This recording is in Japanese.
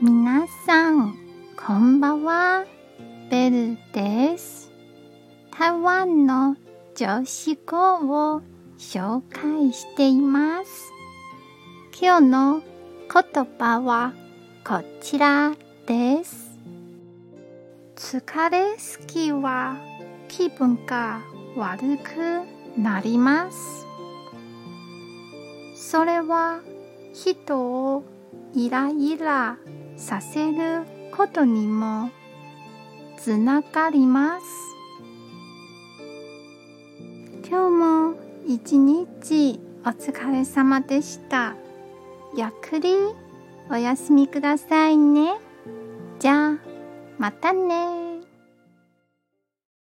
皆さん、こんばんは。ベルです。台湾の女子語を紹介しています。今日の言葉はこちらです。疲れすぎは気分が悪くなります。それは人をイライラさせることにもつながります。今日も一日お疲れ様でした。ゆっくりお休みくださいね。じゃあまたね。